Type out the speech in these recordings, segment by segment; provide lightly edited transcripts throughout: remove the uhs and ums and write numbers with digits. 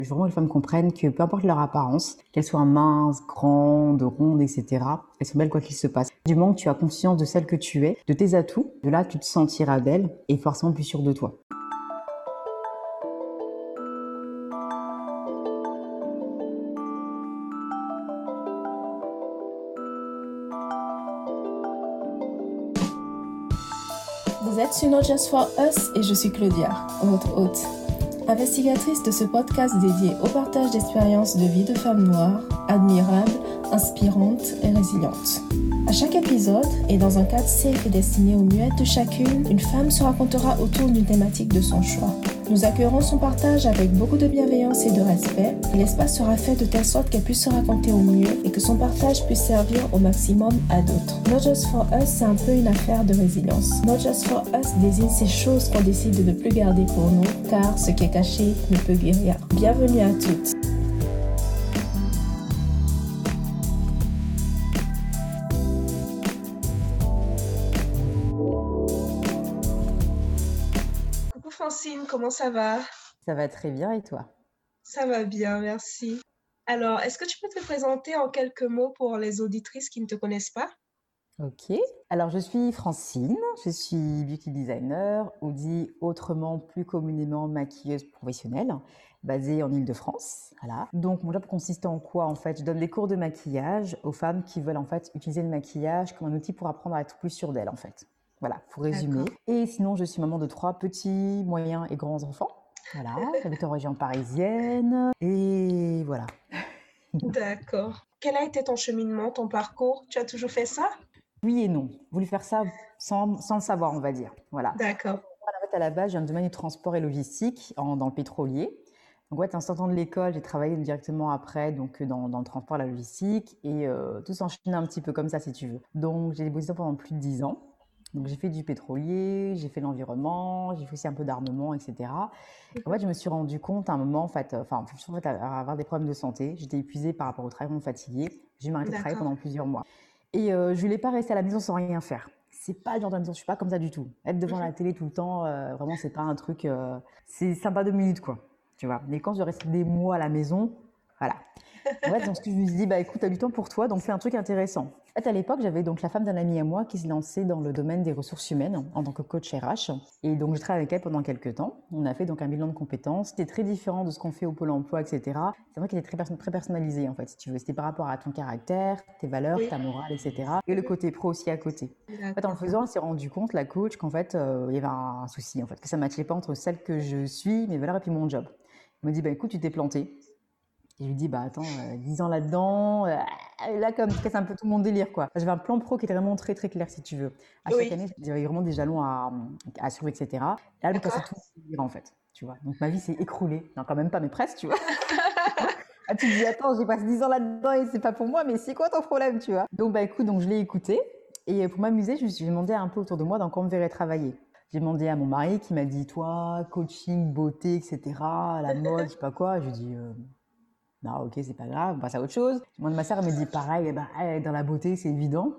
Je veux vraiment que les femmes comprennent que peu importe leur apparence, qu'elles soient minces, grandes, rondes, etc., elles sont belles quoi qu'il se passe. Du moment que tu as conscience de celle que tu es, de tes atouts, de là tu te sentiras belle et forcément plus sûre de toi. Vous êtes sur Not Just For Us et je suis Claudia, votre hôte. Investigatrice de ce podcast dédié au partage d'expériences de vie de femmes noires, admirables, inspirantes et résilientes. À chaque épisode, et dans un cadre safe et destiné aux muettes de chacune, une femme se racontera autour d'une thématique de son choix. Nous accueillerons son partage avec beaucoup de bienveillance et de respect. L'espace sera fait de telle sorte qu'elle puisse se raconter au mieux et que son partage puisse servir au maximum à d'autres. Not Just For Us, c'est un peu une affaire de résilience. Not Just For Us désigne ces choses qu'on décide de ne plus garder pour nous, car ce qui est caché ne peut guérir. Bienvenue à toutes. Coucou Francine, comment ça va? Ça va très bien et toi? Ça va bien, merci. Alors, est-ce que tu peux te présenter en quelques mots pour les auditrices qui ne te connaissent pas? Ok, alors je suis Francine, je suis beauty designer ou dit autrement plus communément maquilleuse professionnelle basée en Île-de-France. Voilà. Donc mon job consiste en quoi en fait? Je donne des cours de maquillage aux femmes qui veulent en fait utiliser le maquillage comme un outil pour apprendre à être plus sûre d'elles en fait. Voilà, pour résumer. D'accord. Et sinon je suis maman de 3 petits, moyens et grands enfants. Voilà, j'habite en région parisienne et voilà. D'accord. Quel a été ton cheminement, ton parcours? Tu as toujours fait ça? Oui et non. Voulu faire ça sans le savoir, on va dire. Voilà. D'accord. En fait, à la base, je viens du domaine du transport et logistique dans le pétrolier. Donc, ouais, en sortant de l'école, j'ai travaillé directement après dans le transport et la logistique et tout s'enchaînait un petit peu comme ça, si tu veux. Donc, j'ai bossé pendant plus de 10 ans. Donc, j'ai fait du pétrolier, j'ai fait l'environnement, j'ai fait aussi un peu d'armement, etc. En fait, je me suis rendu compte à un moment, à avoir des problèmes de santé. J'étais épuisée par rapport au travail, vraiment fatiguée. J'ai dû m'arrêter de travailler D'accord. pendant plusieurs mois. Et je voulais pas rester à la maison sans rien faire. C'est pas le genre de maison, je suis pas comme ça du tout. Être devant la télé tout le temps, vraiment, c'est pas un truc. C'est sympa 2 minutes, quoi. Tu vois. Mais quand je reste des mois à la maison, voilà. En fait, donc, ce que je me suis dit, bah écoute, t'as du temps pour toi, donc fais un truc intéressant. En fait, à l'époque, j'avais donc la femme d'un ami à moi qui se lançait dans le domaine des ressources humaines en tant que coach RH. Et donc, je travaillé avec elle pendant quelques temps. On a fait donc un bilan de compétences. C'était très différent de ce qu'on fait au Pôle emploi, etc. C'est vrai qu'il était très personnalisé, en fait, si tu veux. C'était par rapport à ton caractère, tes valeurs, Oui. ta morale, etc. Et le côté pro aussi à côté. En fait, en le D'accord. faisant, elle s'est rendue compte, la coach, qu'en fait, il y avait un souci, en fait, que ça ne matchait pas entre celle que je suis, mes valeurs et puis mon job. Elle me dit, bah écoute, tu t'es planté. Et je lui dis, bah attends, 10 ans là-dedans, là, comme tu casses un peu tout mon délire, quoi. J'avais un plan pro qui était vraiment très, très clair, si tu veux. À chaque Oui. année, j'avais vraiment des jalons à suivre, etc. Et là, elle me cassait D'accord. tout mon délire, en fait, tu vois. Donc, ma vie s'est écroulée. Non, quand même pas, mais presque, tu vois. Ah, tu te dis, attends, j'ai passé 10 ans là-dedans et c'est pas pour moi, mais c'est quoi ton problème, tu vois? Donc, bah écoute, donc je l'ai écouté. Et pour m'amuser, je me suis demandé un peu autour de moi dans quoi on me verrait travailler. J'ai demandé à mon mari qui m'a dit, toi, coaching, beauté, etc., la mode, je sais pas quoi. Je lui ai dit, non, ok, c'est pas grave, on passe à autre chose. Moi, ma sœur, elle me dit pareil, eh ben, dans la beauté, c'est évident.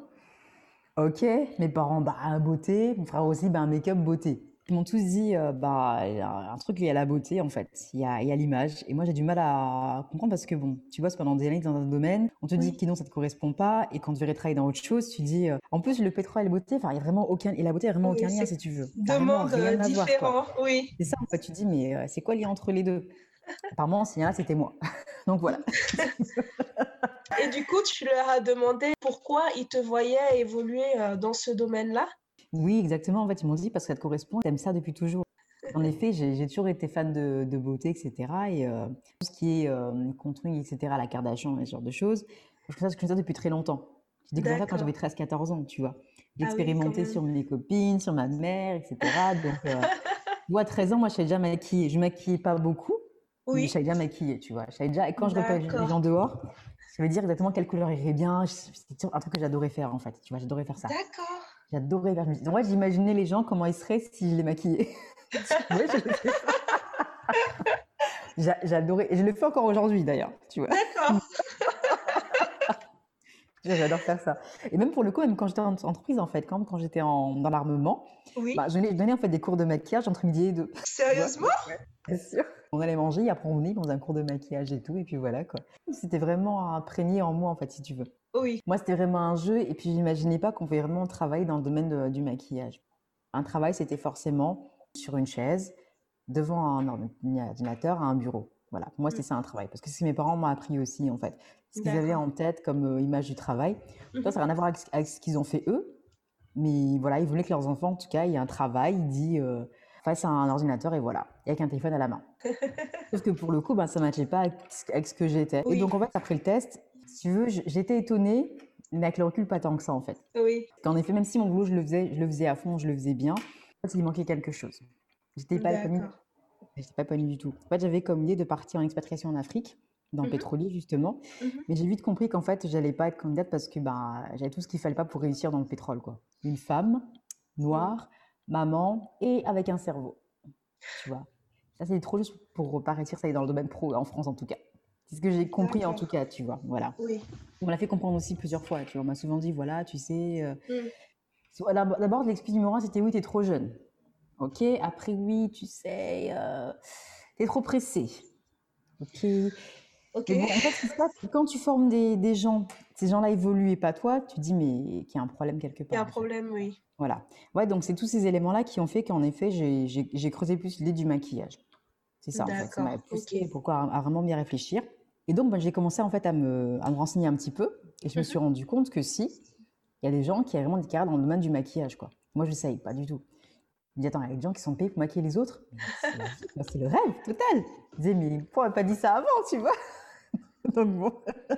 Ok, mes parents, bah, beauté, mon frère aussi, bah, make-up, beauté. Ils m'ont tous dit, bah, il y a un truc lié à la beauté, en fait, il y a l'image. Et moi, j'ai du mal à comprendre parce que, bon, tu bosses pendant des années dans un domaine, on te dit Oui. que non, ça te correspond pas, et quand tu verrais travailler dans autre chose, tu dis, en plus, le pétrole et la beauté, enfin, il y a vraiment aucun, et la beauté, il y a vraiment Oui, aucun lien, c'est si tu veux. Ça deux n'a vraiment mondes rien à voir, quoi. différents. Oui. C'est ça, en fait, tu dis, mais c'est quoi le lien entre les deux? Apparemment, ce lien-là, c'était moi. Donc voilà. Et du coup, tu leur as demandé pourquoi ils te voyaient évoluer dans ce domaine-là? Oui, exactement. En fait, ils m'ont dit parce que ça te correspond, t'aimes ça depuis toujours. En effet, j'ai toujours été fan de beauté, etc. Et tout ce qui est contenu, etc., la Kardashian et ce genre de choses, je fais ça depuis très longtemps. J'ai découvert ça quand D'accord. j'avais 13, 14 ans, tu vois. J'ai Ah oui, quand expérimenté même. sur mes copines, sur ma mère, etc. Donc, tu vois, 13 ans, moi, je savais déjà maquiller. Je maquillais pas beaucoup, mais je Oui. savais déjà maquiller, tu vois. Je savais déjà, et quand je repérais les D'accord. gens dehors, je savais dire exactement quelle couleur irait bien. C'était toujours un truc que j'adorais faire, en fait. Tu vois, j'adorais faire ça. D'accord. J'adorais faire. En vrai, j'imaginais les gens comment ils seraient si je les maquillais. Tu vois, j'adorais. Et je le fais encore aujourd'hui, d'ailleurs, tu vois. D'accord. J'adore faire ça. Et même pour le coup, même quand j'étais en entreprise, en fait, quand j'étais dans l'armement, Oui, je donnais en fait des cours de maquillage entre midi et deux. Tu vois? sérieusement? Ouais, bien sûr. On allait manger, après on venait, on faisait un cours de maquillage et tout, et puis voilà quoi. C'était vraiment imprégné en moi, en fait, si tu veux. Oui, Moi, c'était vraiment un jeu, et puis j'imaginais pas qu'on pouvait vraiment travailler dans le domaine du maquillage. Un travail, c'était forcément sur une chaise, devant un ordinateur, à un bureau. Voilà, pour moi, mm, c'était ça un travail. Parce que c'est ce que mes parents m'ont appris aussi, en fait. Ce qu'ils avaient d'accord. en tête comme image du travail. Ça Mhm. n'a rien à voir avec ce qu'ils ont fait eux. Mais voilà, ils voulaient que leurs enfants, en tout cas, aient un travail, dit, face à un ordinateur et voilà, et avec un téléphone à la main. Sauf que pour le coup, ça ne matchait pas avec ce que j'étais. Et Oui, donc, en fait, après le test, si tu veux, j'étais étonnée, mais avec le recul, pas tant que ça, en fait. oui, Parce qu'en effet, même si mon boulot, je le faisais à fond, je le faisais bien, en fait, il manquait quelque chose. J'étais pas épanouie. d'accord. J'étais pas épanouie du tout. En fait, j'avais comme idée de partir en expatriation en Afrique, dans le Mhm, pétrolier, justement. mhm. Mais j'ai vite compris qu'en fait, j'allais pas être candidate parce que j'avais tout ce qu'il fallait pas pour réussir dans le pétrole, quoi. Une femme, Mm. noire, maman et avec un cerveau, tu vois. Ça, c'est trop juste pour pas réussir, ça y est dans le domaine pro, en France en tout cas. C'est ce que j'ai compris en tout D'accord. cas, tu vois. Voilà. Oui. On me l'a fait comprendre aussi plusieurs fois, tu vois. On m'a souvent dit, voilà, tu sais. Mm. D'abord, l'excuse numéro un, c'était oui, t'es trop jeune. Ok. Après, oui, tu sais, t'es trop pressé. Ok. Ok. Mais bon, en fait, ce qui se passe, c'est que quand tu formes des gens, ces gens-là évoluent et pas toi, tu te dis, mais qu'il y a un problème quelque Il y a part, un en fait. problème, oui. Voilà. Ouais, donc c'est tous ces éléments-là qui ont fait qu'en effet, j'ai creusé plus l'idée du maquillage. C'est ça, en fait. Ça m'a D'accord. Ok. poussé pourquoi, à vraiment bien réfléchir. Et donc, j'ai commencé, en fait, à me renseigner un petit peu. Et je me suis Mhm. rendu compte que si, il y a des gens qui ont vraiment des carrières dans le domaine du maquillage, quoi. Moi, je ne savais pas du tout. Je me dis, attends, il y a des gens qui sont payés pour maquiller les autres. Mais c'est la vie, quoi, c'est le rêve total. Je disais, mais pourquoi on m'a pas dit ça avant, tu vois? Donc bon.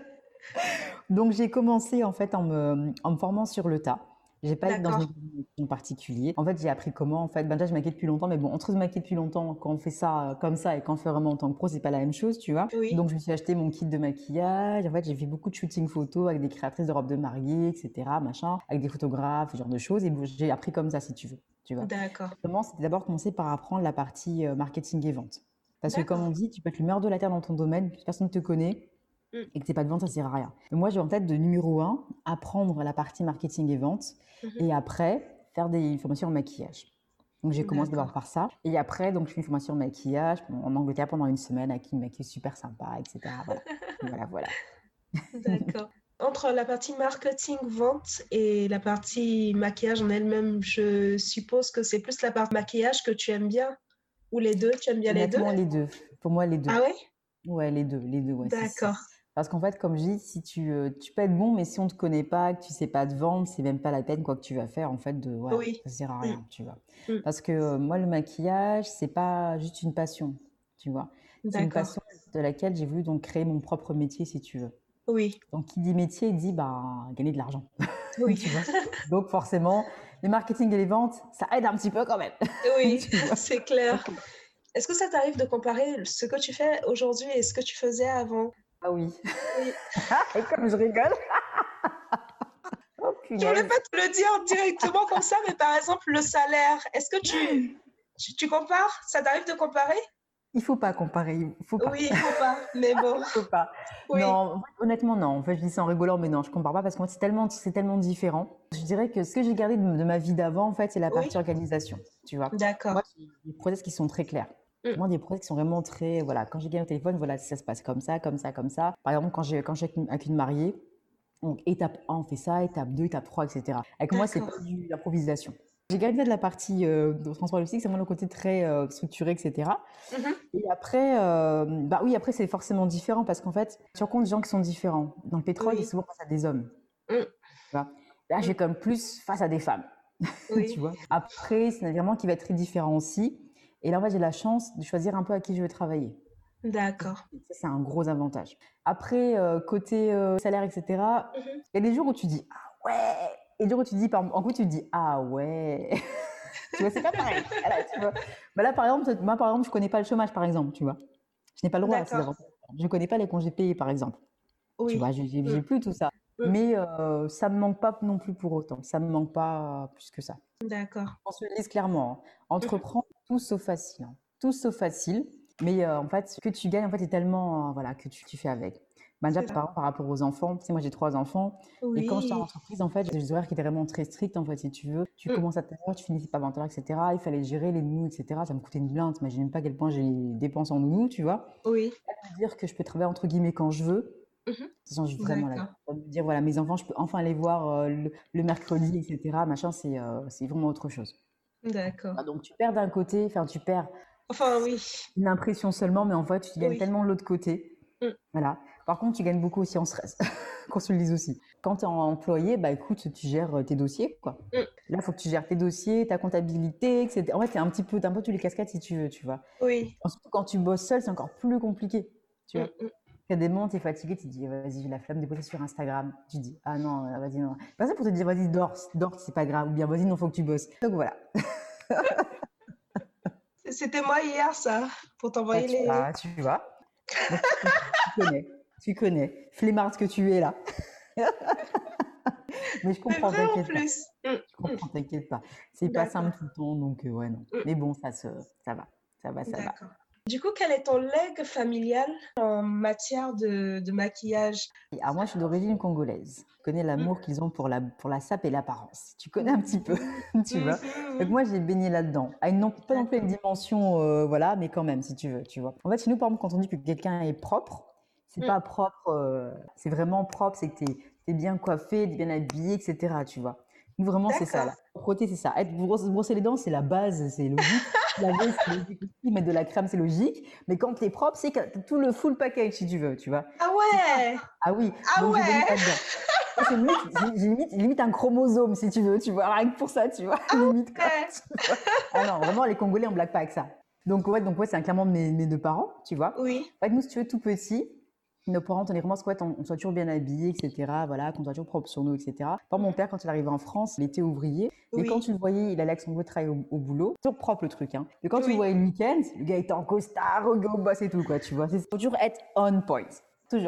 Donc j'ai commencé en fait en me formant sur le tas. J'ai pas été dans une D'accord. école en particulier. En fait, j'ai appris comment, en fait, déjà je maquille depuis longtemps, mais bon, entre se maquiller depuis longtemps, quand on fait ça comme ça et quand on fait vraiment en tant que pro, c'est pas la même chose, tu vois. Oui. Donc je me suis acheté mon kit de maquillage. En fait, j'ai fait beaucoup de shooting photos avec des créatrices de robes de mariée, etc., machin, avec des photographes, ce genre de choses. Et bon, j'ai appris comme ça, si tu veux, tu vois. D'accord. Vraiment, c'était d'abord commencer par apprendre la partie marketing et vente. Parce que comme on D'accord. dit, tu peux être le meilleur de la terre dans ton domaine, personne ne te connaît Mm. et que t'es pas de vente, ça sert à rien. Mais moi, j'ai en tête de numéro un, apprendre la partie marketing et vente, Mhm. et après, faire des formations en maquillage. Donc, j'ai commencé d'abord D'accord. par ça. Et après, donc, je fais une formation en maquillage en Angleterre pendant une semaine avec une maquilleuse super sympa, etc. Voilà. Voilà, voilà. D'accord. Entre la partie marketing, vente et la partie maquillage en elle-même, je suppose que c'est plus la partie maquillage que tu aimes bien, ou les deux, tu aimes bien les deux? Honnêtement, les deux. Pour moi, les deux. Ah ouais? Ouais, les deux, ouais, c'est. D'accord. Parce qu'en fait, comme je dis, si tu peux être bon, mais si on te connaît pas, que tu sais pas te vendre, c'est même pas la peine quoi que tu vas faire en fait voilà, Oui. ça sert à Mm. rien, tu vois. Mm. Parce que moi, le maquillage, c'est pas juste une passion, tu vois. C'est une D'accord. passion de laquelle j'ai voulu donc créer mon propre métier, si tu veux. Oui. Donc, qui dit métier, dit gagner de l'argent, Oui. tu vois. Donc, forcément, les marketing et les ventes, ça aide un petit peu quand même, Oui, tu vois. c'est clair. Donc, Est-ce que ça t'arrive de comparer ce que tu fais aujourd'hui et ce que tu faisais avant? ah oui. Oui. Et comme je rigole, oh Je voulais punaise. pas te le dire directement comme ça, mais par exemple, le salaire, est-ce que tu compares? Ça t'arrive de comparer? Il faut pas comparer, il faut pas. Oui, il faut pas, mais bon, Il faut pas. oui, Non, honnêtement, non. En fait, je dis ça en rigolant, mais non, je compare pas parce que moi, c'est tellement différent. Je dirais que ce que j'ai gardé de ma vie d'avant, en fait, c'est la oui, partie organisation, tu vois. Moi, d'accord. j'ai des process qui sont très clairs. Mm. Moi, des process qui sont vraiment très, voilà, quand j'ai gagné au téléphone, voilà, ça se passe comme ça, comme ça, comme ça. Par exemple, quand j'ai avec une mariée, donc étape 1, on fait ça, étape 2, étape 3, etc. Avec moi, c'est pas D'accord. du l'improvisation. J'ai gardé de la partie de transport logistique, c'est vraiment le côté très structuré, etc. Mhm. Et après, oui, après, c'est forcément différent parce qu'en fait, tu rencontres des gens qui sont différents. Dans le pétrole, tu es Oui. souvent face à des hommes. Mm. Tu vois. Là, Mm. j'ai comme plus face à des femmes. Tu Oui, vois. Après, c'est un environnement qui va être très différent aussi. Et là, en fait, j'ai la chance de choisir un peu à qui je veux travailler. d'accord. Ça, c'est un gros avantage. Après, côté salaire, etc., Mhm. il y a des jours où tu dis ah ouais, et des jours où tu dis, en gros, tu te dis ah ouais. Tu vois, c'est pas pareil. Voilà, tu vois. Là, par exemple, je connais pas le chômage, par exemple, tu vois. Je n'ai pas le droit à ces D'accord. avantages. Je ne connais pas les congés payés, par exemple. Tu vois, Oui. Mm. j'ai plus tout ça. Mm. Mais ça me manque pas non plus pour autant. Ça me manque pas plus que ça. D'accord. On se le dise clairement, hein. Mhm. Entreprendre, tout sauf facile, hein. Tout sauf facile. Mais en fait, ce que tu gagnes, en fait, est tellement, voilà, que tu fais avec. Bah, déjà, C'est ça. par rapport aux enfants, tu sais, moi j'ai 3 enfants, et quand j'étais en Oui. entreprise, en fait, j'ai des horaires qui étaient vraiment très stricts, en fait, si tu veux. Tu Mm. commences à telle heure, tu finis pas à 20h, etc. Il fallait gérer les nounous, etc. Ça me coûtait une blinde. T'imagines même pas à quel point j'ai dépenses en nounous, tu vois. Oui. Ça veut dire que je peux travailler entre guillemets quand je veux. Mhm. Ça change vraiment la vie. D'accord. Ça veut dire, voilà, mes enfants, je peux enfin les voir le mercredi, etc. Machin, c'est vraiment autre chose. D'accord. Ah, donc tu perds d'un côté, enfin tu perds Enfin, oui. une impression seulement, mais en fait tu gagnes Oui. tellement de l'autre côté. Mm. Voilà. Par contre, tu gagnes beaucoup aussi en stress, qu'on se le dise aussi. Quand tu es employé, bah écoute, tu gères tes dossiers, quoi. Mm. Là, il faut que tu gères tes dossiers, ta comptabilité, etc. En fait, t'as un peu tous les casquettes si tu veux, tu vois. Oui. Ensuite, quand tu bosses seul, c'est encore plus compliqué, tu vois. Mm. Il y a des moments, tu es fatigué, tu te dis, vas-y, j'ai la flemme de poster sur Instagram. Tu dis, ah non, vas-y, non. Pas ça pour te dire, vas-y, dors, c'est pas grave. Ou bien, vas-y, non, faut que tu bosses. Donc voilà. C'était moi hier, ça, pour Bah, t'envoyer les... tu vois. Donc, tu connais. Flemmarde que tu es là. Mais je C'est comprends, vrai en t'inquiète pas. plus. Je comprends, t'inquiète pas. C'est pas D'accord. simple tout le temps, donc ouais, non. Mm. Mais bon, ça va. Ça va. D'accord. Du coup, quel est ton legs familial en matière de maquillage? Et alors moi, je suis d'origine congolaise. Je connais Mm. l'amour qu'ils ont pour la sape et l'apparence. Tu connais un petit peu, tu vois. Mhm. Donc moi, j'ai baigné là-dedans. Pas non plus une dimension, voilà, mais quand même, si tu veux, tu vois. En fait, chez nous, par exemple, quand on dit que quelqu'un est propre, c'est Mm. pas propre, c'est vraiment propre, c'est que t'es bien coiffé, t'es bien habillé, etc., tu vois. Nous, vraiment, c'est ça, D'accord. la propreté, c'est ça. Brosser les dents, c'est la base, c'est logique. Laver, c'est logique aussi. Mettre de la crème, c'est logique. Mais quand t'es propre, c'est que t'as tout le full package, si tu veux, tu vois. Ah C'est ça. ouais! Ah oui, Ah donc j'ai baigné ouais! là-dedans. Moi, j'ai limite un chromosome, si tu veux, tu vois, rien que pour ça, tu vois, limite, quoi. Ouais. Tu vois. Ah non, vraiment, les Congolais, on blague pas avec ça. Donc ouais, c'est un clairement de mes 2 parents, tu vois. Oui. En fait, nous, si tu veux, tout petit, nos parents, on est vraiment on soit toujours bien habillés, etc. Voilà, qu'on soit toujours propre sur nous, etc. Par mon père, quand il arrivait en France, il était ouvrier. Et quand Oui. tu le voyais, il allait avec son beau travail au boulot. Toujours propre le truc, hein. Et quand tu le Oui. voyais le week-end, le gars était en costard, au boss et tout, quoi, tu vois. Il faut toujours être on point. Toujours.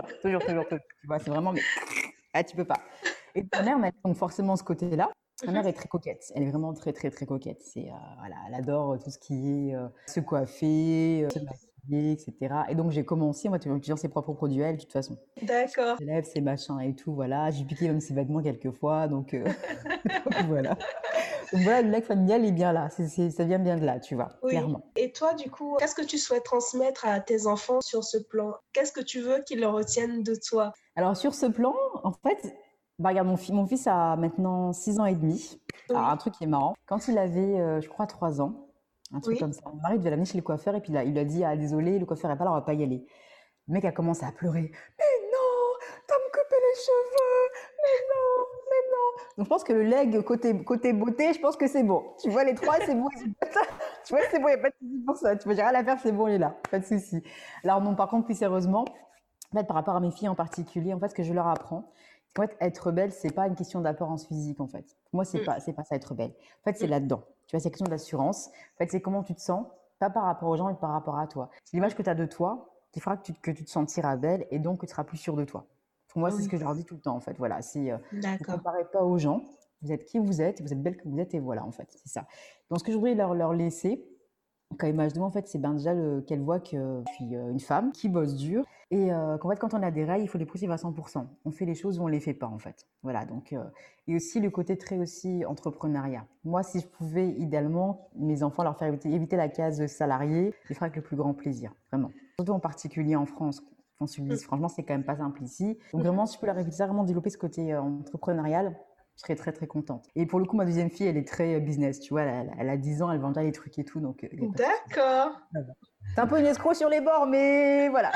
Tu vois, c'est vraiment, mais ah, tu peux pas. Et ma mère, donc forcément ce côté-là. Ma mère est très coquette. Elle est vraiment très, très, très coquette. Voilà, elle adore tout ce qui est se coiffer, se maquiller, etc. Et donc, j'ai commencé, moi, tu ses propres produits, elle, de toute façon. D'accord. Ses lèvres, ses machins et tout, voilà. J'ai piqué même ses vêtements quelques fois, donc, donc voilà. Donc voilà, le lac familial est bien là. Ça vient bien de là, tu vois, Oui. clairement. Et toi, du coup, qu'est-ce que tu souhaites transmettre à tes enfants sur ce plan? Qu'est-ce que tu veux qu'ils retiennent de toi? Alors, sur ce plan, en fait, bah, regarde, mon fils a maintenant 6 ans et demi. Alors, Oui. un truc qui est marrant, quand il avait, je crois, 3 ans, un truc Oui. comme ça, mon mari devait l'amener chez le coiffeur et puis il lui a dit, ah désolé, le coiffeur est pas là, on va pas y aller. Le mec a commencé à pleurer. Mais non, t'as me coupé les cheveux. Mais non, mais non. Donc je pense que le leg côté beauté, je pense que c'est bon. Tu vois, les 3, c'est bon. Tu vois, c'est bon, il n'y a pas de souci pour ça. Tu vois, j'ai rien à faire, c'est bon, il est là. Pas de souci. Alors non, par contre, plus sérieusement, en fait, par rapport à mes filles en particulier, en fait, ce que je leur apprends, c'est qu'en fait, être belle, c'est pas une question d'apparence physique, en fait. Pour moi, c'est pas ça, être belle. En fait, c'est là-dedans. Tu vois, c'est une question d'assurance. En fait, c'est comment tu te sens, pas par rapport aux gens, mais par rapport à toi. C'est l'image que tu as de toi qui fera que tu te sentiras belle et donc que tu seras plus sûre de toi. Pour moi, c'est ce que je leur dis tout le temps, en fait. Voilà, vous D'accord. comparez pas aux gens. Vous êtes qui vous êtes belle que vous êtes, et voilà, en fait, c'est ça. Donc, ce que je voudrais leur laisser, comme image de moi, en fait, c'est déjà qu'elle voit que je suis une femme qui bosse dur et qu'en fait, quand on a des règles, il faut les poursuivre à 100%. On fait les choses ou on les fait pas, en fait. Voilà, donc, et aussi le côté très aussi entrepreneuriat. Moi, si je pouvais, idéalement, mes enfants, leur faire éviter la case salarié, je les ferais avec le plus grand plaisir, vraiment. Surtout en particulier en France, qu'on se le dise, franchement, c'est quand même pas simple ici. Donc vraiment, si je peux leur éviter ça, vraiment développer ce côté entrepreneurial, je serais très très contente. Et pour le coup, ma deuxième fille, elle est très business, tu vois, elle a 10 ans, elle vend déjà les trucs et tout, donc y a pas de souci. D'accord. C'est un peu une escroc sur les bords, mais voilà.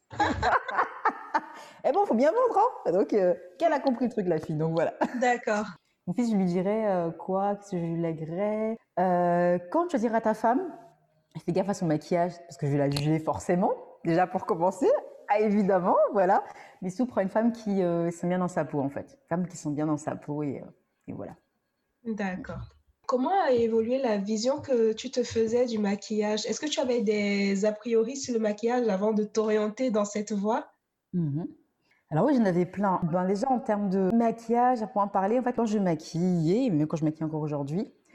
Et bon, faut bien vendre, hein. Donc, qu'elle a compris le truc, la fille, donc voilà. D'accord. Mon fils, je lui dirais quoi, que je lui lèguerais. Quand tu choisiras ta femme, fais gaffe à son maquillage, parce que je vais la juger forcément, déjà pour commencer. Ah, évidemment, voilà. Mais surtout, prends une femme qui sent bien dans sa peau, en fait. Une femme qui sent bien dans sa peau, et voilà. D'accord. Comment a évolué la vision que tu te faisais du maquillage? Est-ce que tu avais des a priori sur le maquillage avant de t'orienter dans cette voie? Alors oui, j'en avais plein. Ben, déjà, en termes de maquillage, à point parler, en fait, quand je maquillais, même quand je maquille encore aujourd'hui,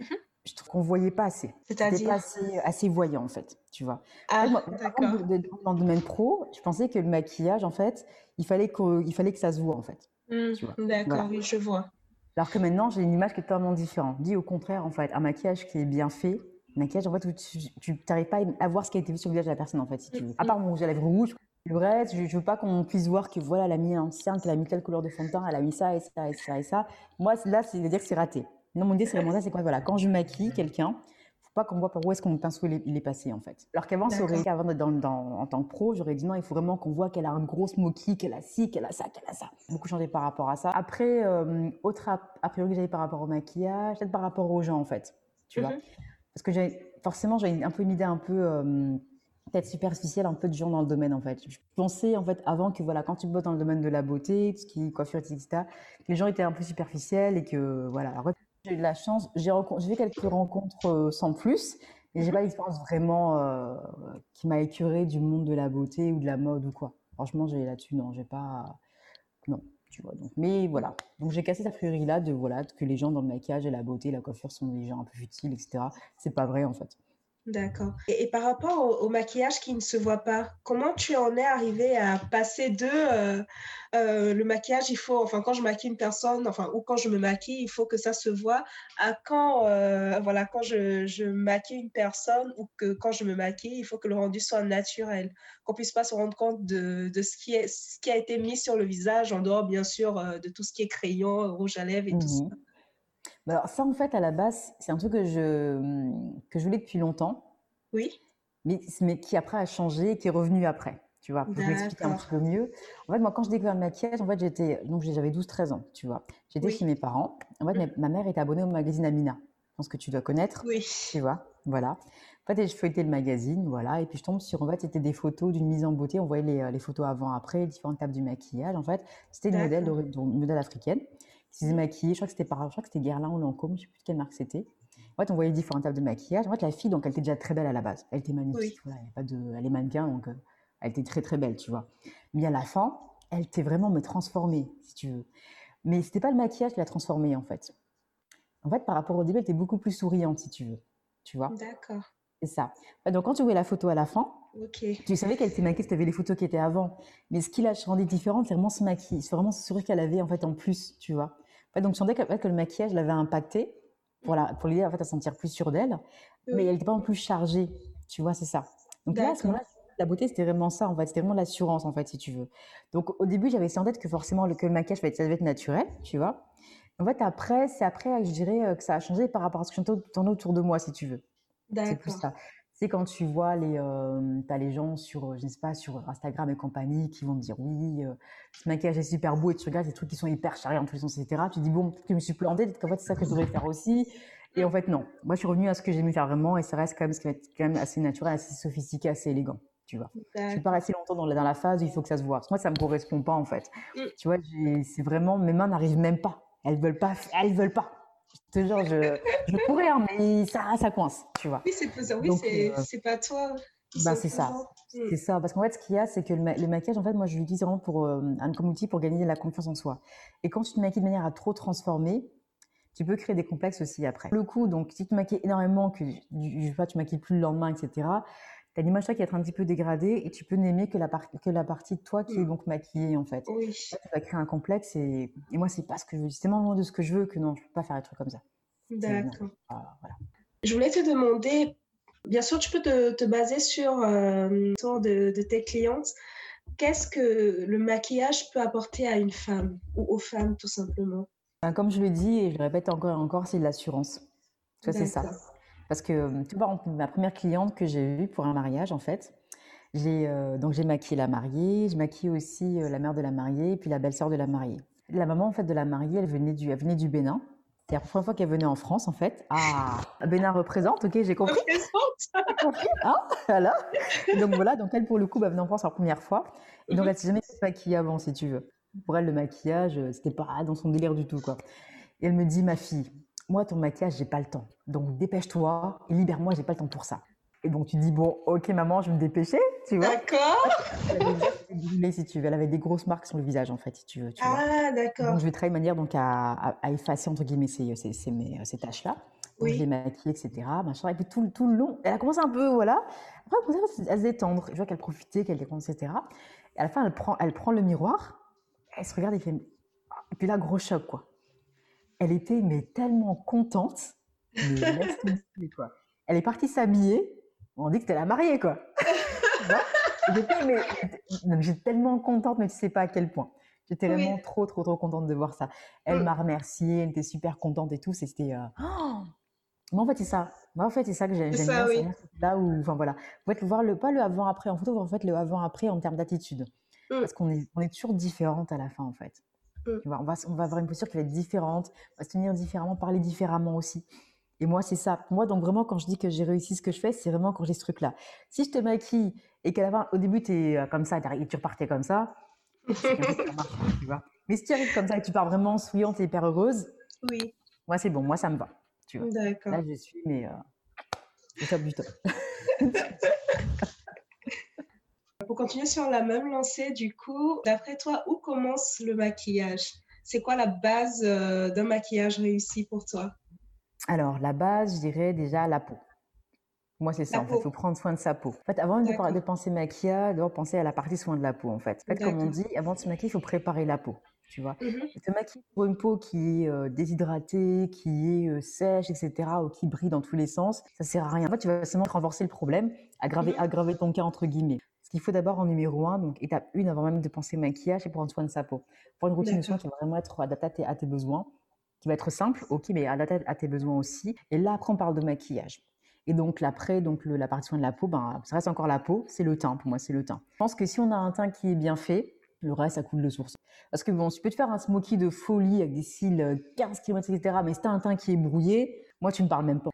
je trouve qu'on voyait pas assez. C'était pas C'est-à-dire? assez voyant, en fait, tu vois. En fait, Ah, moi, avant d'accord. dans le domaine pro, je pensais que le maquillage, en fait, il fallait que ça se voit, en fait, tu vois. D'accord, Voilà. oui, je vois. Alors que maintenant, j'ai une image qui est totalement différente. Dit au contraire, en fait, un maquillage qui est bien fait, un maquillage, en fait, où tu n'arrives pas à voir ce qui a été vu sur le visage de la personne, en fait, si tu veux. À part mon rouge à lèvres rouge, le reste, je veux pas qu'on puisse voir que, voilà, elle a mis un ancien, qu'elle a mis telle couleur de fond de teint, elle a mis ça, et ça, et ça, et ça. Moi, là, c'est-à-dire que c'est raté. Non, mon idée, c'est vraiment ça, c'est quoi, voilà, quand je maquille quelqu'un, faut pas qu'on voit par où est-ce que mon pinceau il est passé, en fait. Alors qu'avant, D'accord. avant d'être en tant que pro, j'aurais dit non, il faut vraiment qu'on voit qu'elle a un gros smoky, qu'elle a ci, qu'elle a ça, qu'elle a ça. Beaucoup changé par rapport à ça. Après, autre a priori que j'avais par rapport au maquillage, peut-être par rapport aux gens, en fait, tu vois. Mhm. Parce que forcément, j'ai un peu une idée un peu peut-être superficielle un peu de gens dans le domaine, en fait. Je pensais, en fait, avant que, voilà, quand tu bosses dans le domaine de la beauté, tout ce qui est coiffure, etc., que les gens étaient un peu superficiels et que, voilà. Alors, j'ai eu de la chance, j'ai fait quelques rencontres sans plus, mais j'ai Mhm. pas d'expérience vraiment qui m'a écœurée du monde de la beauté ou de la mode ou quoi. Franchement, j'ai là-dessus, non, j'ai pas, non, tu vois. Donc, mais voilà. Donc, j'ai cassé cette priori-là de, voilà, que les gens dans le maquillage et la beauté, la coiffure sont des gens un peu futiles, etc. C'est pas vrai, en fait. D'accord. Et par rapport au maquillage qui ne se voit pas, comment tu en es arrivé à passer le maquillage, il faut, enfin, quand je maquille une personne, enfin, ou quand je me maquille, il faut que ça se voit, à quand, voilà, quand je maquille une personne ou que quand je me maquille, il faut que le rendu soit naturel, qu'on puisse pas se rendre compte de ce qui a été mis sur le visage, en dehors, bien sûr, de tout ce qui est crayon, rouge à lèvres et tout ça. Mhm. Bah alors ça, en fait, à la base, c'est un truc que je voulais depuis longtemps, Oui, mais qui après a changé et qui est revenu après. Tu vois, pour t'expliquer un d'accord. petit peu mieux. En fait, moi, quand j'ai découvert le maquillage, en fait, j'avais 12-13 ans, tu vois. J'étais chez Oui. mes parents. En fait, ma mère était abonnée au magazine Amina. Je pense que tu dois connaître, Oui. tu vois. Voilà. En fait, je feuilletais le magazine, voilà. Et puis, je tombe sur, en fait, c'était des photos d'une mise en beauté. On voyait les photos avant-après, les différentes étapes du maquillage. En fait, c'était une modèle, D'accord. une modèle africaine qui s'est maquillée. Je crois que c'était Guerlain ou Lancôme, je ne sais plus de quelle marque c'était. En fait, on voyait différentes étapes de maquillage. En fait, la fille, donc, elle était déjà très belle à la base. Elle était magnifique. Oui. Voilà, elle est mannequin, donc elle était très très belle, tu vois. Mais à la fin, elle était vraiment me transformée, si tu veux. Mais c'était pas le maquillage qui l'a transformée, en fait. En fait, par rapport au début, elle était beaucoup plus souriante, si tu veux. Tu vois, D'accord. c'est ça. En fait, donc, quand tu voyais la photo à la fin, Ok. tu savais qu'elle était maquillée, tu avais les photos qui étaient avant. Mais ce qui l'a rendue différente, c'est vraiment ce maquillage. C'est vraiment ce sourire qu'elle avait, en fait, en plus, tu vois. En fait, donc, je sentais que le maquillage l'avait impactée pour l'aider, en fait, à se sentir plus sûre d'elle. Mais elle Oui. n'était pas en plus chargée, tu vois, c'est ça. Donc là, à ce D'accord. moment-là, la beauté, c'était vraiment ça, en fait. C'était vraiment l'assurance, en fait, si tu veux. Donc, au début, j'avais ça en tête que forcément, que le maquillage, ça devait être naturel, tu vois. En fait, après, c'est après, je dirais, que ça a changé par rapport à ce que j'entends autour de moi, si tu veux. C'est plus D'accord. ça. C'est quand tu vois t'as les gens sur, je sais pas, sur Instagram et compagnie qui vont te dire oui, ce maquillage est super beau et tu regardes des trucs qui sont hyper chargés en tous les sens, etc. Tu dis bon, peut-être que je me suis plantée, peut-être qu'en fait c'est ça que je devrais faire aussi. Et en fait non. Moi je suis revenue à ce que j'aimais faire vraiment et ça reste quand même ce qui va être quand même assez naturel, assez sophistiqué, assez élégant. Tu vois. Je suis pas D'accord. restée longtemps dans la phase où il faut que ça se voit. Parce que moi ça me correspond pas en fait. Mm. Tu vois, c'est vraiment mes mains n'arrivent même pas. Elles veulent pas. Elles veulent pas. Je te jure, je pourrais, hein, mais ça coince, tu vois. Oui, c'est pas, oui, Donc, c'est pas toi, tout bah, c'est ça. simplement. Mm. C'est ça. Parce qu'en fait, ce qu'il y a, c'est que le maquillage, en fait, moi, je l'utilise vraiment comme outil pour gagner la confiance en soi. Et quand tu te maquilles de manière à trop transformer, tu peux créer des complexes aussi après. Pour le coup, donc, si tu te maquilles énormément, je sais pas, tu maquilles plus le lendemain, etc., tu as l'image de toi qui va être un petit peu dégradée et tu peux n'aimer que la partie de toi qui est Mm. donc maquillée, en fait. Oui. Là, tu vas créer un complexe et moi, c'est pas ce que je veux. C'est tellement loin de ce que je veux que non, je peux pas faire des trucs comme ça. Non. D'accord. Voilà. Je voulais te demander, bien sûr, tu peux te baser sur l'histoire de tes clientes. Qu'est-ce que le maquillage peut apporter à une femme ou aux femmes, tout simplement? Ben, comme je le dis et je le répète encore et encore, c'est de l'assurance. Tu vois, c'est ça. D'accord. Parce que, tu vois, ma première cliente que j'ai eue pour un mariage, en fait, donc j'ai maquillé la mariée, je maquille aussi la mère de la mariée et puis la belle-sœur de la mariée. La maman, en fait, de la mariée, elle venait du Bénin. C'est la première fois qu'elle venait en France, en fait. Ah, Bénin représente, ok, j'ai compris. Représente. J'ai compris, hein, voilà. Et donc voilà, donc elle, pour le coup, bah, venait en France la première fois. Et donc Mhm. elle s'est jamais fait maquiller avant, si tu veux. Pour elle, le maquillage, c'était pas dans son délire du tout, quoi. Et elle me dit, ma fille, moi, ton maquillage, j'ai pas le temps. Donc, dépêche-toi et libère-moi, j'ai pas le temps pour ça. Et donc, tu dis, bon, ok, maman, je vais me dépêcher, tu vois. D'accord. Elle avait le visage qui était brûlé, si tu veux. Elle avait des grosses marques sur le visage, en fait, si tu veux, tu vois. Ah, Donc, d'accord. je vais travailler de manière donc, à effacer, entre guillemets, ces taches-là. Donc, je l'ai Oui. maquillée, etc. Machin. Et puis, tout le long, elle a commencé un peu, voilà. Après, elle a commencé à se détendre. Je vois qu'elle profitait, qu'elle déconne, etc. Et à la fin, elle prend le miroir, elle se regarde et fait. Et puis là, gros choc, quoi. Elle était, mais tellement contente, mais laisse tomber, quoi. Elle est partie s'habiller. On dit que c'était la mariée, quoi. Tu vois. J'étais, mais j'étais tellement contente, mais tu sais pas à quel point. J'étais Oui. vraiment trop, trop, trop contente de voir ça. Elle Mm. m'a remercié, elle était super contente et tout. C'était. Mais en fait, c'est ça. Moi, en fait, c'est ça que C'est j'aime ça, bien. C'est oui. vraiment là où. Enfin, voilà. En fait, voir pas le avant-après en photo, en fait, le avant-après en termes d'attitude. Mm. Parce on est toujours différente à la fin, en fait. Mm. Tu vois, on va avoir une posture qui va être différente, on va se tenir différemment, parler différemment aussi. Et moi, c'est ça. Moi, donc vraiment, quand je dis que j'ai réussi ce que je fais, c'est vraiment quand j'ai ce truc-là. Si je te maquille et qu'à la fin, au début, tu es comme ça, et tu repartais comme ça, c'est qu'en fait, ça marche, tu vois. Mais si tu arrives comme ça et que tu pars vraiment souriante et hyper heureuse, Oui, moi, c'est bon, moi, ça me va, tu vois. Là, d'accord. je suis, mais au top du top. Pour continuer sur la même lancée, du coup, d'après toi, où commence le maquillage? C'est quoi la base d'un maquillage réussi pour toi? Alors, la base, je dirais déjà la peau. Moi, c'est ça, La en fait. Il peau. faut prendre soin de sa peau. En fait, avant de D'accord, penser maquillage, d'abord penser à la partie soin de la peau, en fait. En fait, comme on d'accord. dit, avant de se maquiller, il faut préparer la peau, tu vois. Mhm. Et te maquiller pour une peau qui est déshydratée, qui est sèche, etc., ou qui brille dans tous les sens, ça sert à rien. En fait, tu vas seulement renforcer le problème, Mhm. aggraver ton cas, entre guillemets. Ce qu'il faut d'abord en numéro 1, donc étape 1, avant même de penser maquillage, c'est prendre soin de sa peau. Pour une routine de soins D'accord, qui va vraiment être adaptée à tes besoins, qui va être simple, ok, mais adaptée à tes besoins aussi. Et là, après, on parle de maquillage. Et donc l'après, donc la partie soin de la peau, ben, ça reste encore la peau, c'est le teint, pour moi, c'est le teint. Je pense que si on a un teint qui est bien fait, le reste, ça coule de source. Parce que bon, tu peux te faire un smoky de folie avec des cils 15 km, etc. Mais si tu as un teint qui est brouillé, moi, tu me parles même pas.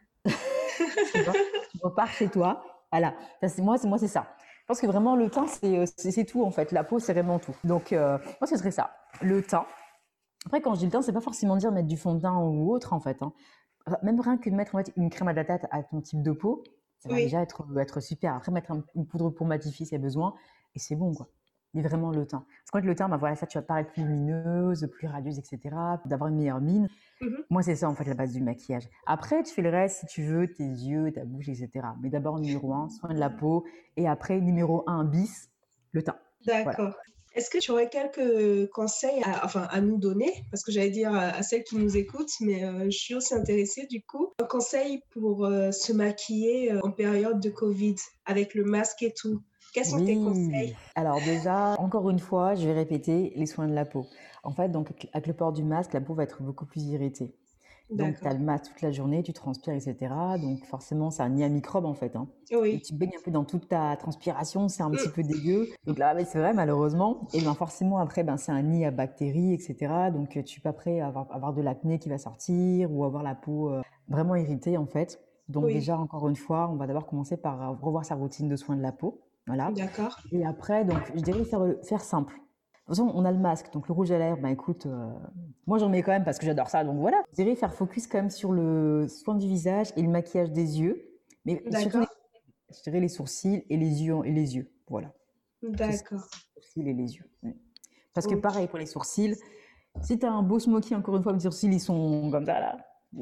Tu vois, tu repars chez toi. Voilà. Moi, c'est ça. Je pense que vraiment, le teint, c'est tout, en fait. La peau, c'est vraiment tout. Donc, moi, ce serait ça. Le teint. Après, quand je dis le teint, c'est pas forcément dire mettre du fond de teint ou autre, en fait. Hein. Même rien que de mettre en fait, une crème adaptée à ton type de peau, ça va oui, déjà être super. Après, mettre une poudre pour matifier s'il y a besoin, et c'est bon, quoi. Mais vraiment le teint. Parce qu'en fait, le teint, bah, voilà, ça, tu vas paraître plus lumineuse, plus radieuse, etc., d'avoir une meilleure mine. mhm. Moi, c'est ça, en fait, la base du maquillage. Après, tu fais le reste si tu veux, tes yeux, ta bouche, etc. Mais d'abord, numéro 1, soin de la peau. Et après, numéro 1 bis, le teint. Voilà. D'accord. Est-ce que tu aurais quelques conseils enfin, à nous donner? Parce que j'allais dire à celles qui nous écoutent, mais je suis aussi intéressée du coup. Un conseil pour se maquiller en période de Covid, avec le masque et tout. Quels sont tes Oui. conseils? Alors déjà, encore une fois, je vais répéter les soins de la peau. En fait, donc avec le port du masque, la peau va être beaucoup plus irritée. Donc, tu as D'accord. le masque toute la journée, tu transpires, etc. Donc, forcément, c'est un nid à microbes, en fait. Hein. Et Oui. tu baignes un peu dans toute ta transpiration, c'est un petit Mm. peu dégueu. Donc là, mais c'est vrai, malheureusement. Et bien, forcément, après, ben, c'est un nid à bactéries, etc. Donc, tu es pas prêt à avoir de l'acné qui va sortir ou avoir la peau vraiment irritée, en fait. Donc, Oui. déjà, encore une fois, on va d'abord commencer par revoir sa routine de soins de la peau. Voilà. D'accord. Et après, donc, je dirais faire simple. De toute façon, on a le masque, donc le rouge à lèvres, ben écoute, moi j'en mets quand même parce que j'adore ça, donc voilà. Je dirais faire focus quand même sur le soin du visage et le maquillage des yeux, mais surtout, D'accord. je dirais les sourcils et les yeux, voilà. C'est ça, D'accord. les sourcils et les yeux. Parce que Ok. pareil pour les sourcils, si tu as un beau smoky, encore une fois, les sourcils ils sont comme ça là,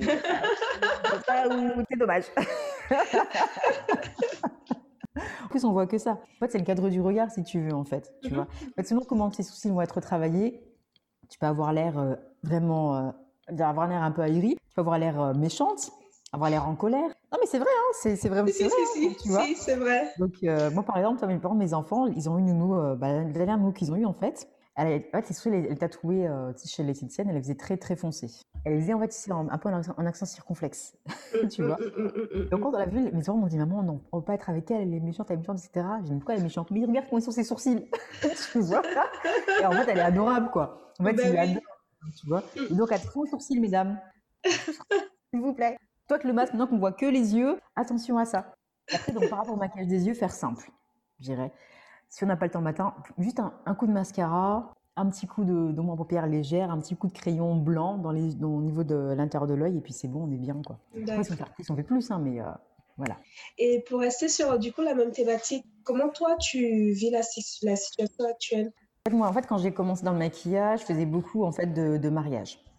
comme ça, ou c'est dommage. En plus, on voit que ça. En fait, c'est le cadre du regard, si tu veux, en fait. Tu vois. Mhm. En fait, selon comment tes sourcils vont être travaillés, tu peux avoir l'air avoir l'air un peu ahuri, tu peux avoir l'air méchante, avoir l'air en colère. Non, mais c'est vrai, hein, c'est vraiment, Si, c'est si, vrai, si, hein, si, tu vois. si, c'est vrai. Donc, moi, par exemple, mes parents, mes enfants, ils ont eu une nounou, la dernière nounou qu'ils ont eue, en fait. En fait, les sourcils, elle tatouait chez les Titiennes, elle les faisait très, très foncées. Elle les faisait, en fait, tu sais, un peu en accent circonflexe, Mm, tu mm, vois. mm, mm, mm, Donc, mm, quand on l'a vue, mes parents m'ont dit, maman, non, on ne peut pas être avec elle est méchante, etc. J'ai dit, pourquoi elle est méchante? Mais regarde comment ils sont ses sourcils, tu vois. Et en fait, elle est adorable, quoi. En mm. fait, Ben il oui. adore, tu vois. Et Mm. donc, attention aux sourcils, mesdames. Attention aux sourcils, s'il vous plaît. Toi, que le masque, maintenant qu'on voit que les yeux, attention à ça. Et après, donc, par rapport au maquillage des yeux, faire simple, je dirais. Si on n'a pas le temps le matin, juste un coup de mascara, un petit coup de moins paupières légère, un petit coup de crayon blanc au niveau de l'intérieur de l'œil, et puis c'est bon, on est bien, quoi. Après, D'accord. si on fait plus, hein, mais voilà. Et pour rester sur du coup la même thématique, comment toi tu vis la situation actuelle? En fait, moi, quand j'ai commencé dans le maquillage, je faisais beaucoup en fait de mariage.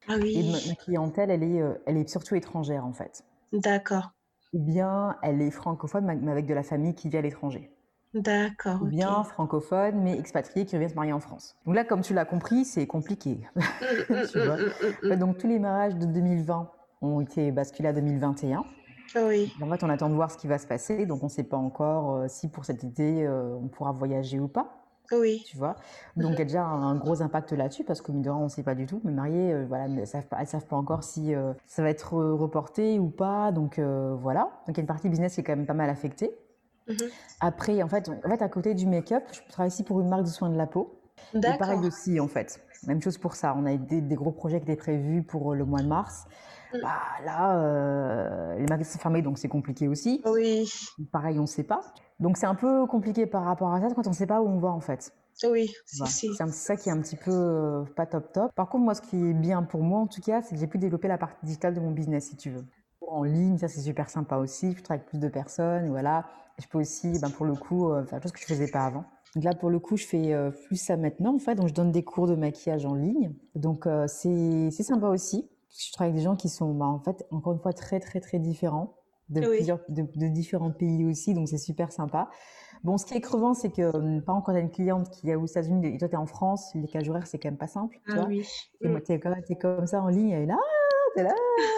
Ah Et oui, ma clientèle, elle est surtout étrangère, en fait. d'accord, Ou bien elle est francophone, mais avec de la famille qui vit à l'étranger. d'accord, Ou ok. bien francophone, mais expatrié qui revient se marier en France. Donc là, comme tu l'as compris, c'est compliqué, tu vois. En fait, donc tous les mariages de 2020 ont été basculés à 2021. Ah oui, En fait, on attend de voir ce qui va se passer. Donc on ne sait pas encore si pour cet été, on pourra voyager ou pas. oui, Tu vois, donc il y a déjà un gros impact là-dessus parce que mine de rien, on ne sait pas du tout. Mes mariés, voilà, elles savent pas encore si ça va être reporté ou pas. Donc voilà. Donc il y a une partie business qui est quand même pas mal affectée. mhm. Après, en fait, à côté du make-up, je travaille ici pour une marque de soins de la peau. Et pareil D'accord. aussi, en fait, même chose pour ça. On a des gros projets qui étaient prévus pour le mois de mars. Mm. Bah, là, les magasins sont fermés, donc c'est compliqué aussi. Oui, Pareil, on ne sait pas. Donc c'est un peu compliqué par rapport à ça quand on ne sait pas où on va en fait. oui, Tu si, vois. si. C'est ça qui est un petit peu pas top top. Par contre, moi, ce qui est bien pour moi en tout cas, c'est que j'ai pu développer la partie digitale de mon business si tu veux. En ligne, ça c'est super sympa aussi. Je travaille avec plus de personnes, voilà. Et je peux aussi, ben, pour le coup, faire des choses que je faisais pas avant. Donc là, pour le coup, je fais plus ça maintenant en fait. Donc je donne des cours de maquillage en ligne. Donc c'est sympa aussi. Je travaille avec des gens qui sont, ben, en fait, encore une fois, très très très différents Oui, de différents pays aussi. Donc c'est super sympa. Bon, ce qui est crevant, c'est que, par exemple, quand tu as une cliente qui est aux États-Unis et toi, tu es en France, les cages horaires, c'est quand même pas simple, tu ah vois. oui. Et Mm. moi, t'es comme ça en ligne, et là, t'es là,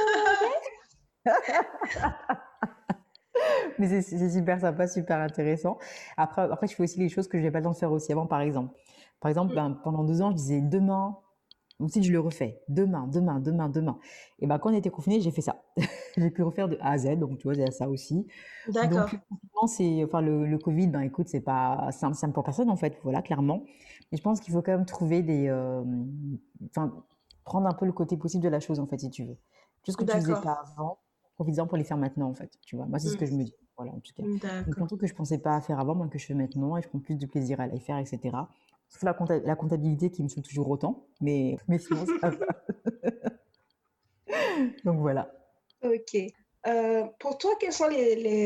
mais c'est super sympa, super intéressant. Après, je fais aussi les choses que je n'avais pas le temps de faire aussi avant, par exemple. Par exemple, Mm. ben, pendant 2 ans, je disais demain, ensuite je le refais, demain, demain, demain, demain. Et ben, quand on était confinés, j'ai fait ça. J'ai pu refaire de A à Z, donc tu vois, j'ai ça aussi. Donc, D'accord. le confinement, enfin, le Covid, ben, écoute, c'est pas simple pour personne, en fait, voilà, clairement. Mais je pense qu'il faut quand même trouver enfin, prendre un peu le côté possible de la chose, en fait, si tu veux. Tout ce que tu faisais D'accord. pas avant, profites-en pour les faire maintenant, en fait, tu vois. Moi, c'est ce que je me dis, voilà, en tout cas. Donc, plein D'accord. de trucs que je pensais pas faire avant, ben, que je fais maintenant, et je prends plus de plaisir à les faire, etc. Sauf la comptabilité qui me saoule toujours autant, mais sinon, ça va. Donc, voilà. Ok. Pour toi, quels sont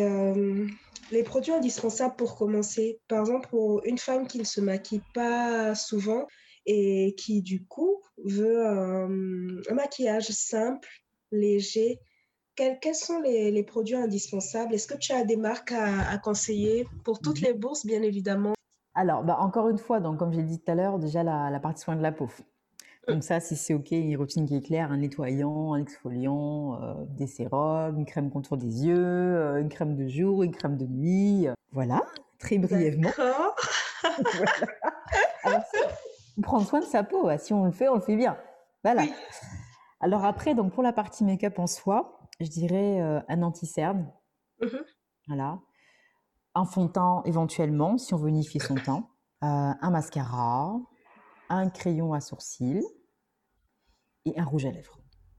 les produits indispensables pour commencer? Par exemple, pour une femme qui ne se maquille pas souvent et qui, du coup, veut un maquillage simple, léger, quels sont les produits indispensables? Est-ce que tu as des marques à conseiller pour toutes les bourses, bien évidemment? Alors, bah, encore une fois, donc, comme j'ai dit tout à l'heure, déjà la partie soin de la peau. Donc ça, si c'est OK, une routine qui est claire, un nettoyant, un exfoliant, des sérums, une crème contour des yeux, une crème de jour, une crème de nuit. Voilà, très brièvement. D'accord. Voilà. Alors ça, prendre soin de sa peau, si on le fait bien. Voilà. Oui. Alors après, donc pour la partie make-up en soi, je dirais un anti-cerne, Mhm. voilà. Un fond de teint éventuellement, si on veut unifier son teint. Un mascara, un crayon à sourcils et un rouge à lèvres.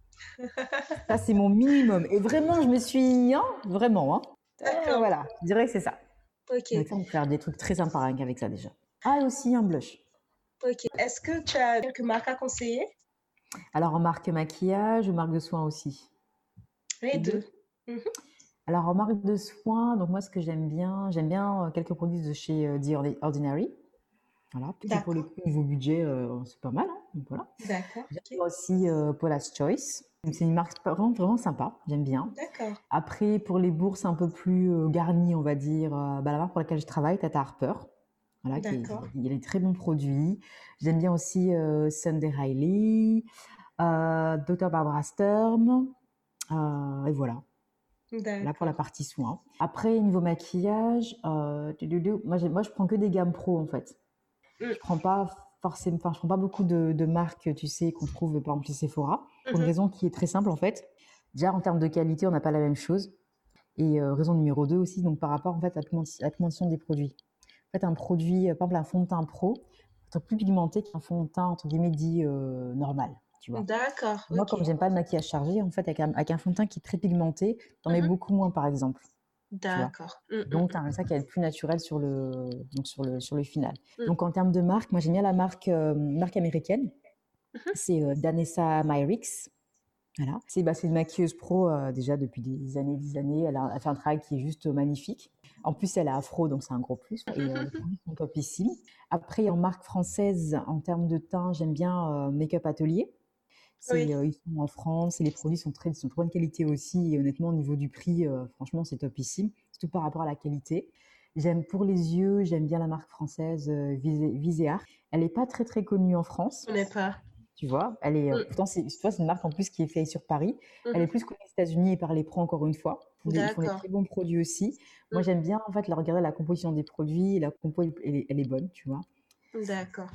Ça, c'est mon minimum. Et vraiment, je me suis, hein, vraiment, hein. D'accord. Voilà, je dirais que c'est ça. Avec Ok. ça, on peut faire des trucs très sympas rien qu'avec ça déjà. Ah, et aussi un blush. Ok. Est-ce que tu as quelques marques à conseiller? Alors, en marque maquillage ou marque de soins aussi? Les Les deux. deux. Mhm. Alors, en marque de soins, donc moi, ce que j'aime bien quelques produits de chez The Ordinary. Voilà, qui pour le D'accord. coup, niveau budget, c'est pas mal, hein. Donc, voilà. D'accord. J'aime Ok. bien aussi Paula's Choice. Donc, c'est une marque vraiment, vraiment sympa, j'aime bien. D'accord. Après, pour les bourses un peu plus garnies, on va dire, bah, la marque pour laquelle je travaille, Tata Harper. Voilà, D'accord. il y a des très bons produits. J'aime bien aussi Sunday Riley, Dr. Barbara Sturm. Et voilà. Voilà pour la D'accord. partie soins. Après, niveau maquillage, moi, je prends que des gammes pro, en fait. Mm. Je prends pas forcément, enfin, je prends pas beaucoup de marques, tu sais, qu'on trouve par exemple chez Sephora, pour une Mhm. raison qui est très simple, en fait. Déjà, en termes de qualité, on n'a pas la même chose. Et raison numéro 2 aussi, donc par rapport en fait, à la pigmentation des produits. En fait, un produit, par exemple un fond de teint pro, est plus pigmenté qu'un fond de teint entre guillemets dit normal, tu vois. D'accord. Moi, Ok. comme j'aime pas le maquillage chargé, en fait, avec un fond de teint qui est très pigmenté, t'en mets Mhm. beaucoup moins, par exemple, tu vois. D'accord. Mm, mm, Donc, tu as un ça qui va être plus naturel sur le final. mm. Donc, en termes de marque, moi, j'aime bien la marque américaine. Mhm. C'est Danessa Myricks. Voilà. C'est une maquilleuse pro déjà depuis des années, des années. Elle fait un travail qui est juste magnifique. En plus, elle est afro, donc c'est un gros plus. Et les produits sont topissimes. Après, en marque française, en termes de teint, j'aime bien Make-up Atelier. Oui, Ils sont en France et les produits sont de bonne qualité aussi. Et honnêtement, au niveau du prix, franchement, c'est topissime, surtout par rapport à la qualité. J'aime pour les yeux, j'aime bien la marque française Viséart. Elle n'est pas très très connue en France, je connais pas. tu vois. Pourtant, c'est une marque en plus qui est faite sur Paris. Elle est Mhm. plus connue aux États-Unis et par les pros encore une fois. Ils font des D'accord. très bons produits aussi. Moi, Mm. j'aime bien en fait regarder la composition des produits. La compo, elle est bonne, tu vois. D'accord.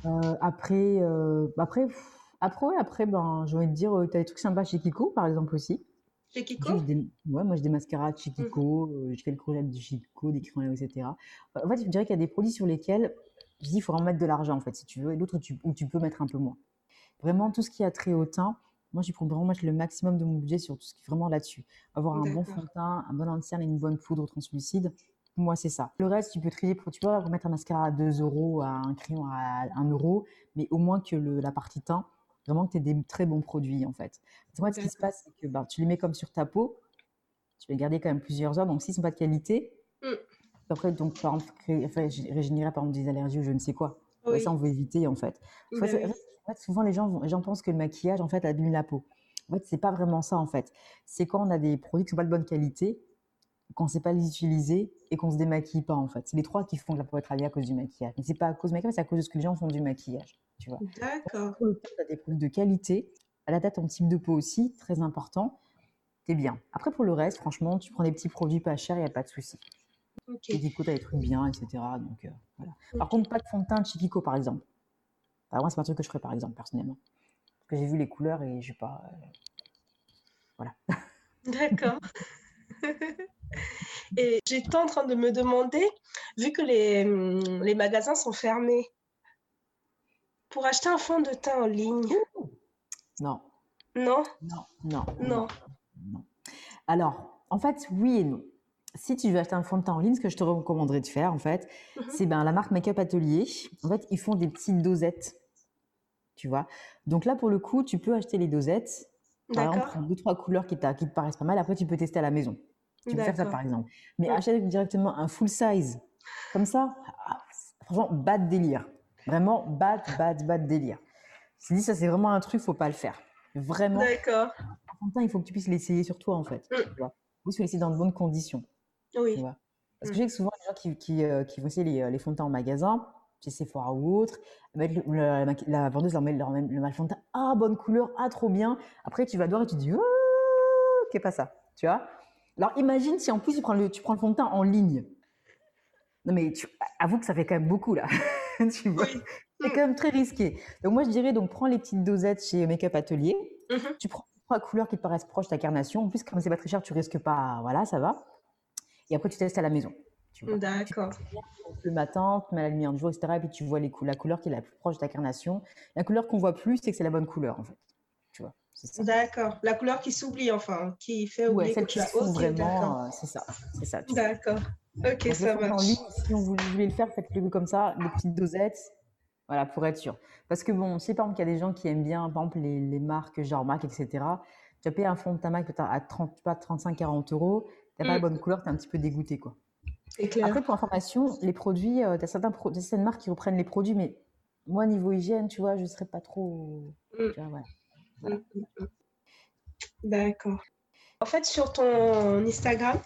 Après, ben, j'ai envie de dire, tu as des trucs sympas chez Kiko, par exemple, aussi. Chez Je Kiko? dis ouais, moi, j'ai des mascarades chez Mhm. Kiko, je fais le courgette de chez Kiko, des crayons, etc. En fait, je dirais qu'il y a des produits sur lesquels je dis, il faut en mettre de l'argent, en fait, si tu veux, et d'autres où tu peux mettre un peu moins. Vraiment, tout ce qui a trait au teint, moi, je prends vraiment mettre le maximum de mon budget sur tout ce qui est vraiment là-dessus. Avoir un bon fond D'accord. de teint, un bon anti-cerne et une bonne poudre translucide, pour moi, c'est ça. Le reste, tu peux trier, tu peux remettre un mascara à 2 euros, à un crayon à 1 euro, mais au moins que la partie teint, vraiment que tu aies des très bons produits, en fait. Parce qu'en fait, ce qui se D'accord. passe, c'est que ben, tu les mets comme sur ta peau, tu vas les garder quand même plusieurs heures, donc s'ils ne sont pas de qualité, Mm. après, donc, par exemple, régénérer par exemple des allergies ou je ne sais quoi. Ouais, ça, on Oui. veut éviter, en fait. Ben oui. En fait, souvent, les gens pensent que le maquillage, en fait, abîme la peau. En fait, c'est pas vraiment ça, en fait. C'est quand on a des produits qui sont pas de bonne qualité, qu'on ne sait pas les utiliser et qu'on se démaquille pas, en fait. C'est les trois qui font que la peau est travaillée à cause du maquillage. Mais c'est pas à cause du maquillage, c'est à cause de ce que les gens font du maquillage, tu vois. Donc, si D'accord. pour le coup, tu as des produits de qualité, à la date, ton type de peau aussi, très important, t'es bien. Après, pour le reste, franchement, tu prends des petits produits pas chers, il n'y a pas de souci. Ok. Et Kiko, t'as des trucs bien, etc. Donc, voilà. Par Ok. contre, pas de fond de teint de chez Kiko, par exemple. Enfin, moi, c'est pas un truc que je ferais, par exemple, personnellement. Parce que j'ai vu les couleurs et je sais pas. Voilà. D'accord. Et j'étais en train de me demander, vu que les magasins sont fermés, pour acheter un fond de teint en ligne, Non, non? non, non, non, Non. non. Alors, en fait, oui et non. Si tu veux acheter un fond de teint en ligne, ce que je te recommanderais de faire, en fait, Mhm. c'est ben, la marque Make Up Atelier. En fait, ils font des petites dosettes, tu vois. Donc là, pour le coup, tu peux acheter les dosettes. Par exemple, D'accord. prendre deux, trois couleurs qui te paraissent pas mal. Après, tu peux tester à la maison. Tu peux faire ça, D'accord. par exemple. Mais Mm. acheter directement un full size, comme ça, franchement, bad délire. Vraiment, bad délire. Je te dis, ça, c'est vraiment un truc, faut pas le faire. Vraiment, D'accord. en même temps, il faut que tu puisses l'essayer sur toi, en fait. Mm. Tu vois. Il faut l'essayer dans de bonnes conditions. Tu Oui. vois. Parce que Mm. je sais que souvent, les gens qui vont essayer les fonds de teint en magasin, chez Sephora ou autre, la vendeuse leur met le fond de teint. Ah, bonne couleur, ah, trop bien. Après, tu vas dehors et tu te dis, oh, qu'est pas ça. Tu vois. Alors, imagine si en plus, tu prends le fond de teint en ligne. Non, mais avoue que ça fait quand même beaucoup, là. Tu vois. Oui. C'est Mm. quand même très risqué. Donc, moi, je dirais, donc, prends les petites dosettes chez Make Up Atelier. Mhm. Tu prends trois couleurs qui te paraissent proches de ta carnation. En plus, comme c'est pas très cher, tu risques pas. Voilà, ça va. Et après, tu testes à la maison. Tu vois. Tu D'accord. testes bien le matin, tu mets la lumière du jour, etc. Et puis, tu vois la couleur qui est la plus proche de ta carnation. La couleur qu'on voit plus, c'est que c'est la bonne couleur, en fait. Tu vois, c'est ça. D'accord. La couleur qui s'oublie, enfin, qui fait Ouais, oublier que celles tu qui se as. font Ok, d'accord. vraiment, c'est ça. C'est ça, tu vois. D'accord. Ok, Donc, les ça fonds de teint en ligne, marche. si vous voulez le faire, faites-le comme ça, des petites dosettes, voilà, pour être sûr. Parce que bon, je sais par exemple qu'il y a des gens qui aiment bien, par exemple, les marques genre MAC, etc. Tu as payé un fond de teint MAC peut-être à 30, pas 35-40 euros, tu n'as pas la Mm. bonne couleur, tu es un petit peu dégoûté, quoi. C'est clair. Après, pour information, les produits, tu as certaines marques qui reprennent les produits, mais moi, niveau hygiène, tu vois, je ne serais pas trop. Mm. Tu vois, voilà. Voilà. Mm. Mm. D'accord. En fait, sur ton Instagram,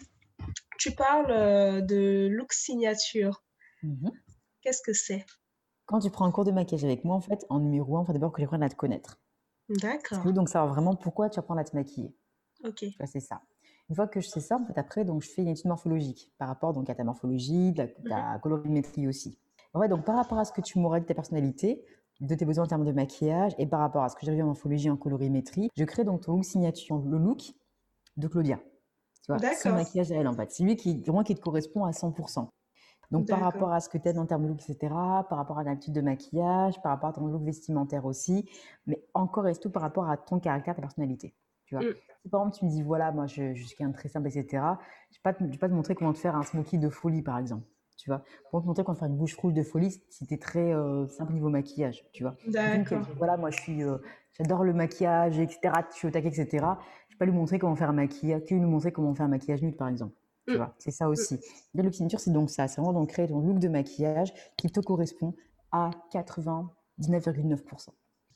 tu parles de look signature. Mhm. Qu'est-ce que c'est? Quand tu prends un cours de maquillage avec moi, en fait, en numéro un, il faut d'abord que j'apprenne à te connaître. Parce que D'accord. je veux donc savoir vraiment pourquoi tu apprends à te maquiller. Ok. Tu vois, c'est ça. Une fois que je sais ça, en fait, après, donc, je fais une étude morphologique par rapport donc, à ta morphologie, Mhm. ta colorimétrie aussi. En fait, donc, par rapport à ce que tu m'aurais dit de ta personnalité, de tes besoins en termes de maquillage, et par rapport à ce que j'ai vu en morphologie, en colorimétrie, je crée donc ton look signature, le look de Claudia. Tu vois, son D'accord. maquillage à elle, en fait. C'est lui vraiment qui te correspond à 100%. Donc, par D'accord. rapport à ce que tu aimes en termes de look, etc., par rapport à l'habitude de maquillage, par rapport à ton look vestimentaire aussi, mais encore et surtout par rapport à ton caractère, ta personnalité. Tu vois. Mm. Si par exemple tu me dis, voilà, moi je suis quelqu'un de très simple, etc., je ne vais pas te montrer comment te faire un smoky de folie, par exemple. Tu vois. Pour te montrer comment te faire une bouche rouge de folie si tu es très simple niveau maquillage. Tu vois. Quelqu'un qui a D'accord. dit, voilà, moi j'adore le maquillage, etc., je suis au taquet, etc., je ne vais pas lui montrer comment faire un maquillage, que lui montrer comment faire un maquillage nude, par exemple. Tu Mm. vois, c'est ça Mm. aussi. Le look signature, c'est donc ça. C'est vraiment donc créer ton look de maquillage qui te correspond à 99,9%.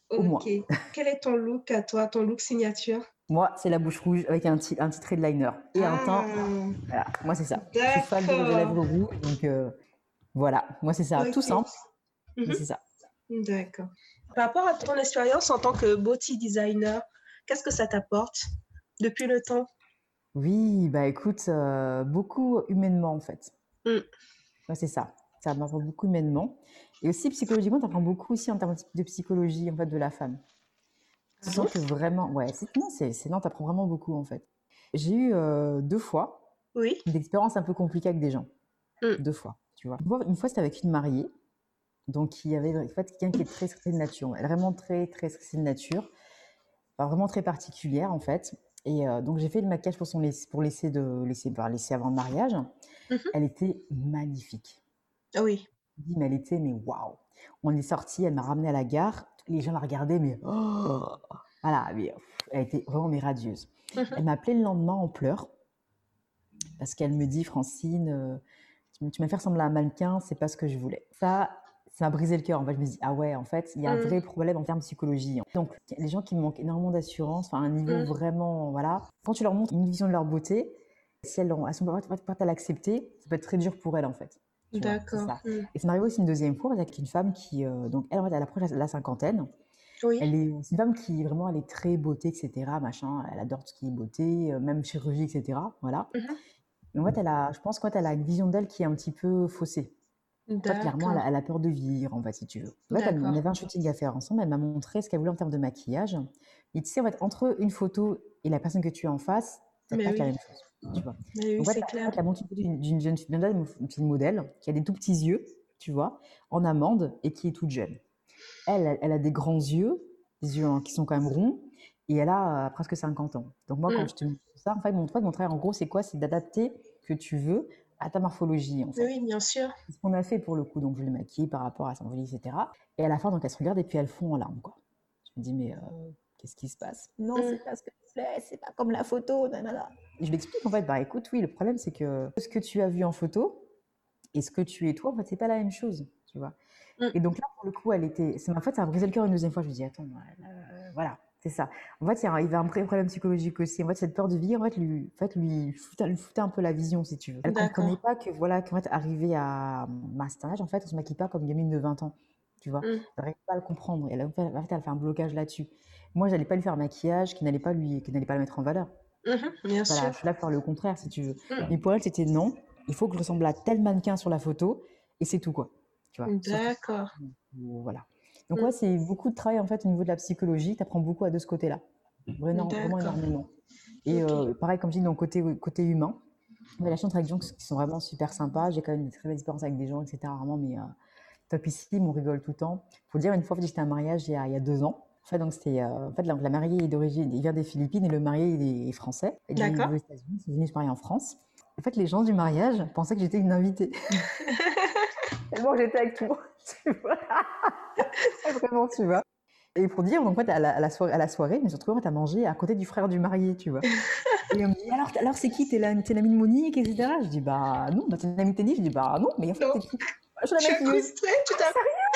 au Ok. moins. Quel est ton look à toi, ton look signature? Moi, c'est la bouche rouge avec un petit trait de liner et un teint. Ah, Voilà, moi, c'est ça. Je suis fan du rouge à d'accord. lèvres rouge, donc voilà, moi, c'est ça. Tout Ok. simple, mais Mhm. c'est ça. D'accord. Par rapport à ton expérience en tant que body designer, qu'est-ce que ça t'apporte depuis le temps? Oui, bah écoute, beaucoup humainement, en fait. Mm. Ouais, c'est ça. Ça m'apprend beaucoup humainement. Et aussi psychologiquement, tu apprends beaucoup aussi en termes de psychologie en fait, de la femme. Ah Tu bon? sens que vraiment, ouais, non, tu apprends vraiment beaucoup en fait. J'ai eu 2 fois Oui. une expérience un peu compliquée avec des gens. Mm. 2 fois, tu vois. Une fois c'était avec une mariée, donc qui avait en fait quelqu'un qui est très stressé de nature. Elle est vraiment très, très stressée de nature, enfin, vraiment très particulière en fait. Et donc j'ai fait le maquillage pour laisser avant le mariage. Mhm. Elle était magnifique. Ah oui. Dit, mais elle était, mais waouh! On est sorti, elle m'a ramené à la gare. Les gens la regardaient, mais oh! Voilà, mais elle était vraiment mais radieuse. Mhm. Elle m'a appelé le lendemain en pleurs parce qu'elle me dit, Francine, tu m'as fait ressembler à un mannequin, c'est pas ce que je voulais. Ça m'a brisé le cœur. En fait, je me dis, ah ouais, en fait, il y a un Mm. vrai problème en termes de psychologie. Donc, les gens qui manquent énormément d'assurance, enfin, un niveau Mm. vraiment, voilà. Quand tu leur montres une vision de leur beauté, si elles sont pas prêtes à l'accepter, ça peut être très dur pour elles, en fait. Tu vois, c'est D'accord. ça. Mm. Et ça m'est arrivé aussi une deuxième fois avec une femme qui, donc elle, en fait, elle approche la cinquantaine. Oui. C'est une femme qui vraiment, elle est très beauté, etc. Machin, elle adore tout ce qui est beauté, même chirurgie, etc. Voilà. Mhm. Mais en fait, je pense qu'en fait, elle a une vision d'elle qui est un petit peu faussée. En fait, clairement, D'accord. elle a peur de vieillir, en fait, si tu veux. En fait, on D'accord. avait un shooting à faire ensemble. Elle m'a montré ce qu'elle voulait en termes de maquillage. Et tu sais, en fait, entre une photo et la personne que tu as en face, ça Mais pas la oui. même chose. Tu vois. Mais oui, En fait, c'est clair. elle montre une photo d'une jeune fille, une petite modèle, qui a des tout petits yeux, tu vois, en amande et qui est toute jeune. Elle a des grands yeux, des yeux qui sont quand même ronds, et elle a presque 50 ans. Donc moi, quand Mm. je te montre ça, en fait, mon travail, en gros, c'est quoi? C'est d'adapter ce que tu veux à ta morphologie, en Mais fait. oui, bien sûr. C'est ce qu'on a fait pour le coup. Donc je l'ai maquillée par rapport à son morphologie, etc. Et à la fin, donc elle se regarde et puis elle fond en larmes, quoi. Je me dis, mais qu'est-ce qui se passe? Non, Mm. c'est pas ce que je voulais, c'est pas comme la photo, nanana. Et je lui explique, en fait, bah écoute, oui, le problème, c'est que ce que tu as vu en photo et ce que tu es toi, en fait, c'est pas la même chose, tu vois. Mm. Et donc là, pour le coup, en fait, ça a brisé le cœur une deuxième fois. Je me dis, attends, voilà, c'est ça. En fait, il y avait un vrai problème psychologique aussi. En fait, cette peur de vieillir, lui foutait un peu la vision, si tu veux. Elle comprenait D'accord. pas que, voilà, qu'en fait, arrivé à ma certain âge, en fait, on se maquille pas comme une gamine de 20 ans, tu vois. Mm. Elle n'arrive pas à le comprendre. Elle fait un blocage là-dessus. Moi, j'allais pas lui faire un maquillage qui n'allait pas la mettre en valeur. Mhm. Bien Voilà, sûr. je suis là pour faire le contraire, si tu veux. Mais Mm. pour elle, c'était non. Il faut que je ressemble à tel mannequin sur la photo, et c'est tout, quoi. Tu vois, surtout ça. D'accord. Voilà. Donc, Mm. ouais, c'est beaucoup de travail, en fait, au niveau de la psychologie. Tu apprends beaucoup de ce côté-là. Vraiment D'accord. énormément. Et Ok. pareil, comme je dis, donc, côté humain, j'ai la chance avec des gens qui sont vraiment super sympas. J'ai quand même une très belle expérience avec des gens, etc. Vraiment, mais topissime, on rigole tout le temps. Faut dire, une fois, j'étais à un mariage il y a 2 ans. En fait, donc c'était, en fait, la mariée est d'origine, il vient des Philippines et le marié est français. Il vit aux D'accord. États-Unis, ils sont venus se marier en France. En fait, les gens du mariage pensaient que j'étais une invitée. Tellement j'étais avec tout le monde, tu vois. Vraiment, tu vois. Et pour dire, donc, en fait, à la soirée, je me suis retrouvée en fait, à manger à côté du frère du marié, tu vois. Et on me dit, alors c'est qui? T'es l'amie de Monique, etc. Je dis, bah non, bah, t'es l'amie de Tenny. Je dis, bah non, mais en fait, Non. t'es qui? Bah, je suis la Tu as maquilleuse. frustré, tu t'as...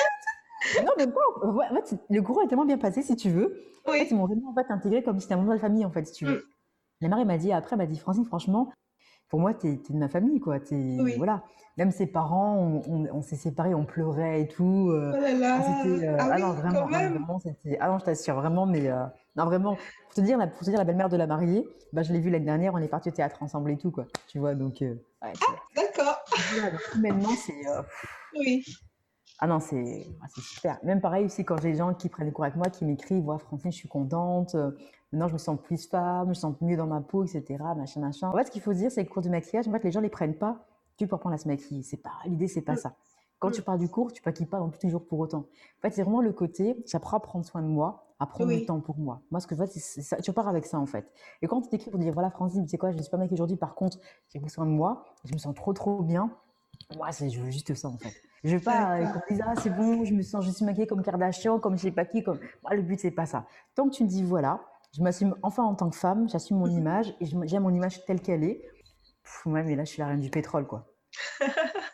Non, même pas. Ouais, en fait, le courant est tellement bien passé, si tu veux. En fait, ils Oui. m'ont vraiment en fait, intégré comme si c'était un membre de la famille, en fait, si tu Mm. veux. La mère, elle m'a dit, Francine, franchement, pour moi, t'es de ma famille, quoi. Oui. Voilà. Même ses parents, on s'est séparés, on pleurait et tout. Oh là là. Ah Ah non, oui, quand même. vraiment, c'était. Ah non, je t'assure, vraiment, mais. Non, vraiment, pour te dire, la belle-mère de la mariée, bah, je l'ai vue l'année dernière, on est parti au théâtre ensemble et tout, quoi. Tu vois, donc. Ouais, tu vois. D'accord. Voilà, donc, humainement, c'est. Oui. Ah non, c'est super. Même pareil aussi, quand j'ai des gens qui prennent des cours avec moi, qui m'écrivent, ouais, Francine, je suis contente. Maintenant, je me sens plus femme, je me sens mieux dans ma peau, etc. Machin, machin. En fait, ce qu'il faut se dire, c'est que le cours de maquillage, en fait, les gens ne les prennent pas que pour apprendre à se maquiller. L'idée, c'est pas Mm. ça. Quand Mm. tu pars du cours, tu ne maquilles pas dans tous les jours pour autant. En fait, c'est vraiment le côté, j'apprends à prendre soin de moi, à prendre du Oui. temps pour moi. Moi, ce que je vois, c'est ça. Tu repars avec ça, en fait. Et quand tu t'écris pour dire, voilà, Francine, tu sais quoi, je ne suis pas maquillée aujourd'hui, par contre, j'ai pris soin de moi, je me sens trop, trop bien. Moi, je veux juste ça, en fait. Je veux pas qu'on D'accord. me dise, ah, c'est bon, je suis maquillée comme Kardashian, comme je sais pas qui, comme. Moi, le but, c'est pas ça. Tant que tu me dis, voilà, je m'assume enfin en tant que femme, j'assume mon image et j'aime mon image telle qu'elle est. Ouais, mais là, je suis la reine du pétrole, quoi.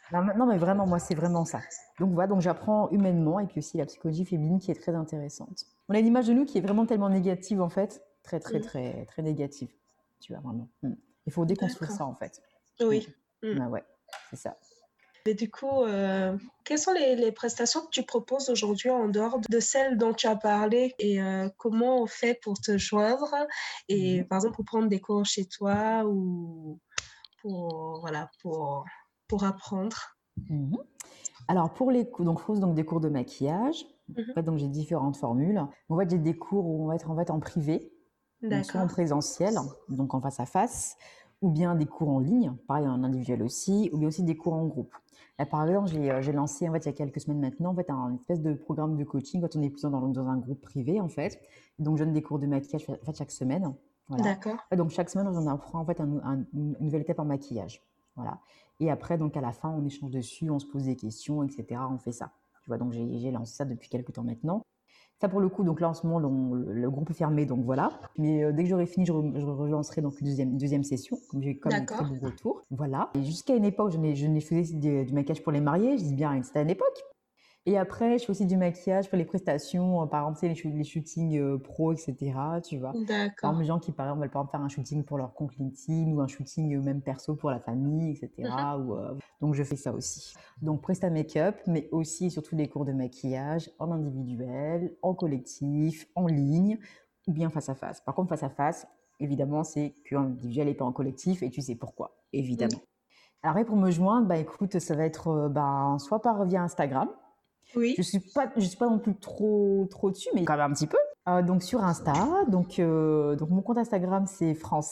Non, mais vraiment, moi, c'est vraiment ça. Donc voilà, donc j'apprends humainement et puis aussi la psychologie féminine qui est très intéressante. On a une image de nous qui est vraiment tellement négative en fait, très, très, Mm. très, très négative. Tu vois, vraiment. Il faut déconstruire D'accord. ça en fait. Oui. Mm. Ah ouais, c'est ça. Et du coup, quelles sont les prestations que tu proposes aujourd'hui en dehors de celles dont tu as parlé et comment on fait pour te joindre et par exemple pour prendre des cours chez toi ou voilà, pour apprendre. Mhm. Alors pour les cours, donc je propose donc des cours de maquillage. En fait, donc j'ai différentes formules. En fait, j'ai des cours où on va être en privé, donc soit en D'accord. présentiel, donc en face à face, ou bien des cours en ligne, pareil en individuel aussi, ou bien aussi des cours en groupe. Là, par exemple, j'ai lancé en fait il y a quelques semaines maintenant en fait un espèce de programme de coaching quand on est plusieurs dans un groupe privé en fait. Et donc je donne des cours de maquillage en fait chaque semaine, voilà. D'accord. Et donc chaque semaine on apprend en fait une nouvelle étape en maquillage, voilà. Et après donc à la fin on échange dessus, on se pose des questions, etc. On fait ça. Tu vois, donc j'ai lancé ça depuis quelques temps maintenant. Ça pour le coup, donc là en ce moment le groupe est fermé, donc voilà. Mais dès que j'aurai fini, je relancerai donc une deuxième session, comme j'ai eu comme des très D'accord. bons retours. Voilà. Et jusqu'à une époque, je n'ai faisais du maquillage pour les mariés, je dis bien à une certaine époque. Et après, je fais aussi du maquillage pour les prestations, par exemple, tu sais, les shootings pro, etc. Tu vois. Par exemple, D'accord. les gens qui, par exemple, veulent par exemple, faire un shooting pour leur compte LinkedIn ou un shooting même perso pour la famille, Mhm. etc. Donc, je fais ça aussi. Donc, Presta Make-up, mais aussi et surtout des cours de maquillage en individuel, en collectif, en ligne ou bien face à face. Par contre, face à face, évidemment, c'est qu'en individuel et pas en collectif et tu sais pourquoi, évidemment. Alors, et pour me joindre, bah, écoute, ça va être soit via Instagram. Je Oui. suis pas non plus trop dessus, mais quand même un petit peu. Donc sur Insta, donc mon compte Instagram c'est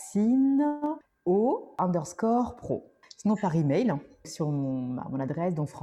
francine_o_pro. Sinon par email sur mon adresse donc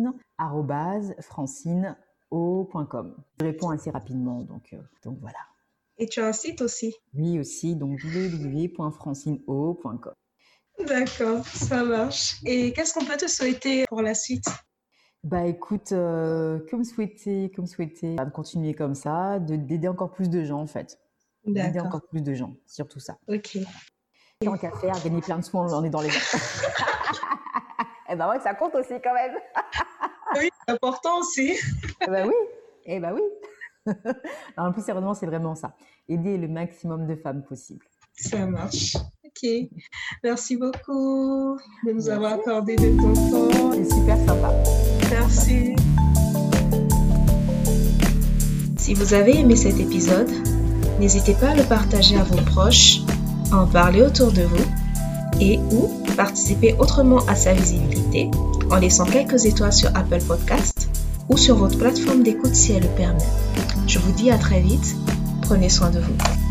francine@francine_o.com. Je réponds assez rapidement donc voilà. Et tu as un site aussi. Oui aussi donc www.francine_o.com. D'accord, ça marche. Et qu'est-ce qu'on peut te souhaiter pour la suite? Bah écoute, comme souhaité, de continuer comme ça, d'aider encore plus de gens en fait. D'aider D'accord. encore plus de gens, surtout ça. Ok. Tant qu'à faire, gagner plein de sous en aidant les gens. Eh ben ouais, ça compte aussi quand même. Oui, c'est important aussi. Eh ben oui, eh ben oui. Non, en plus, sérieusement, c'est vraiment ça. Aider le maximum de femmes possible. Ça marche. Ok. Merci beaucoup de nous avoir Merci. accordé de ton temps. C'est super sympa. Merci. Si vous avez aimé cet épisode, n'hésitez pas à le partager à vos proches, à en parler autour de vous et ou participer autrement à sa visibilité en laissant quelques étoiles sur Apple Podcast ou sur votre plateforme d'écoute si elle le permet. Je vous dis à très vite. Prenez soin de vous.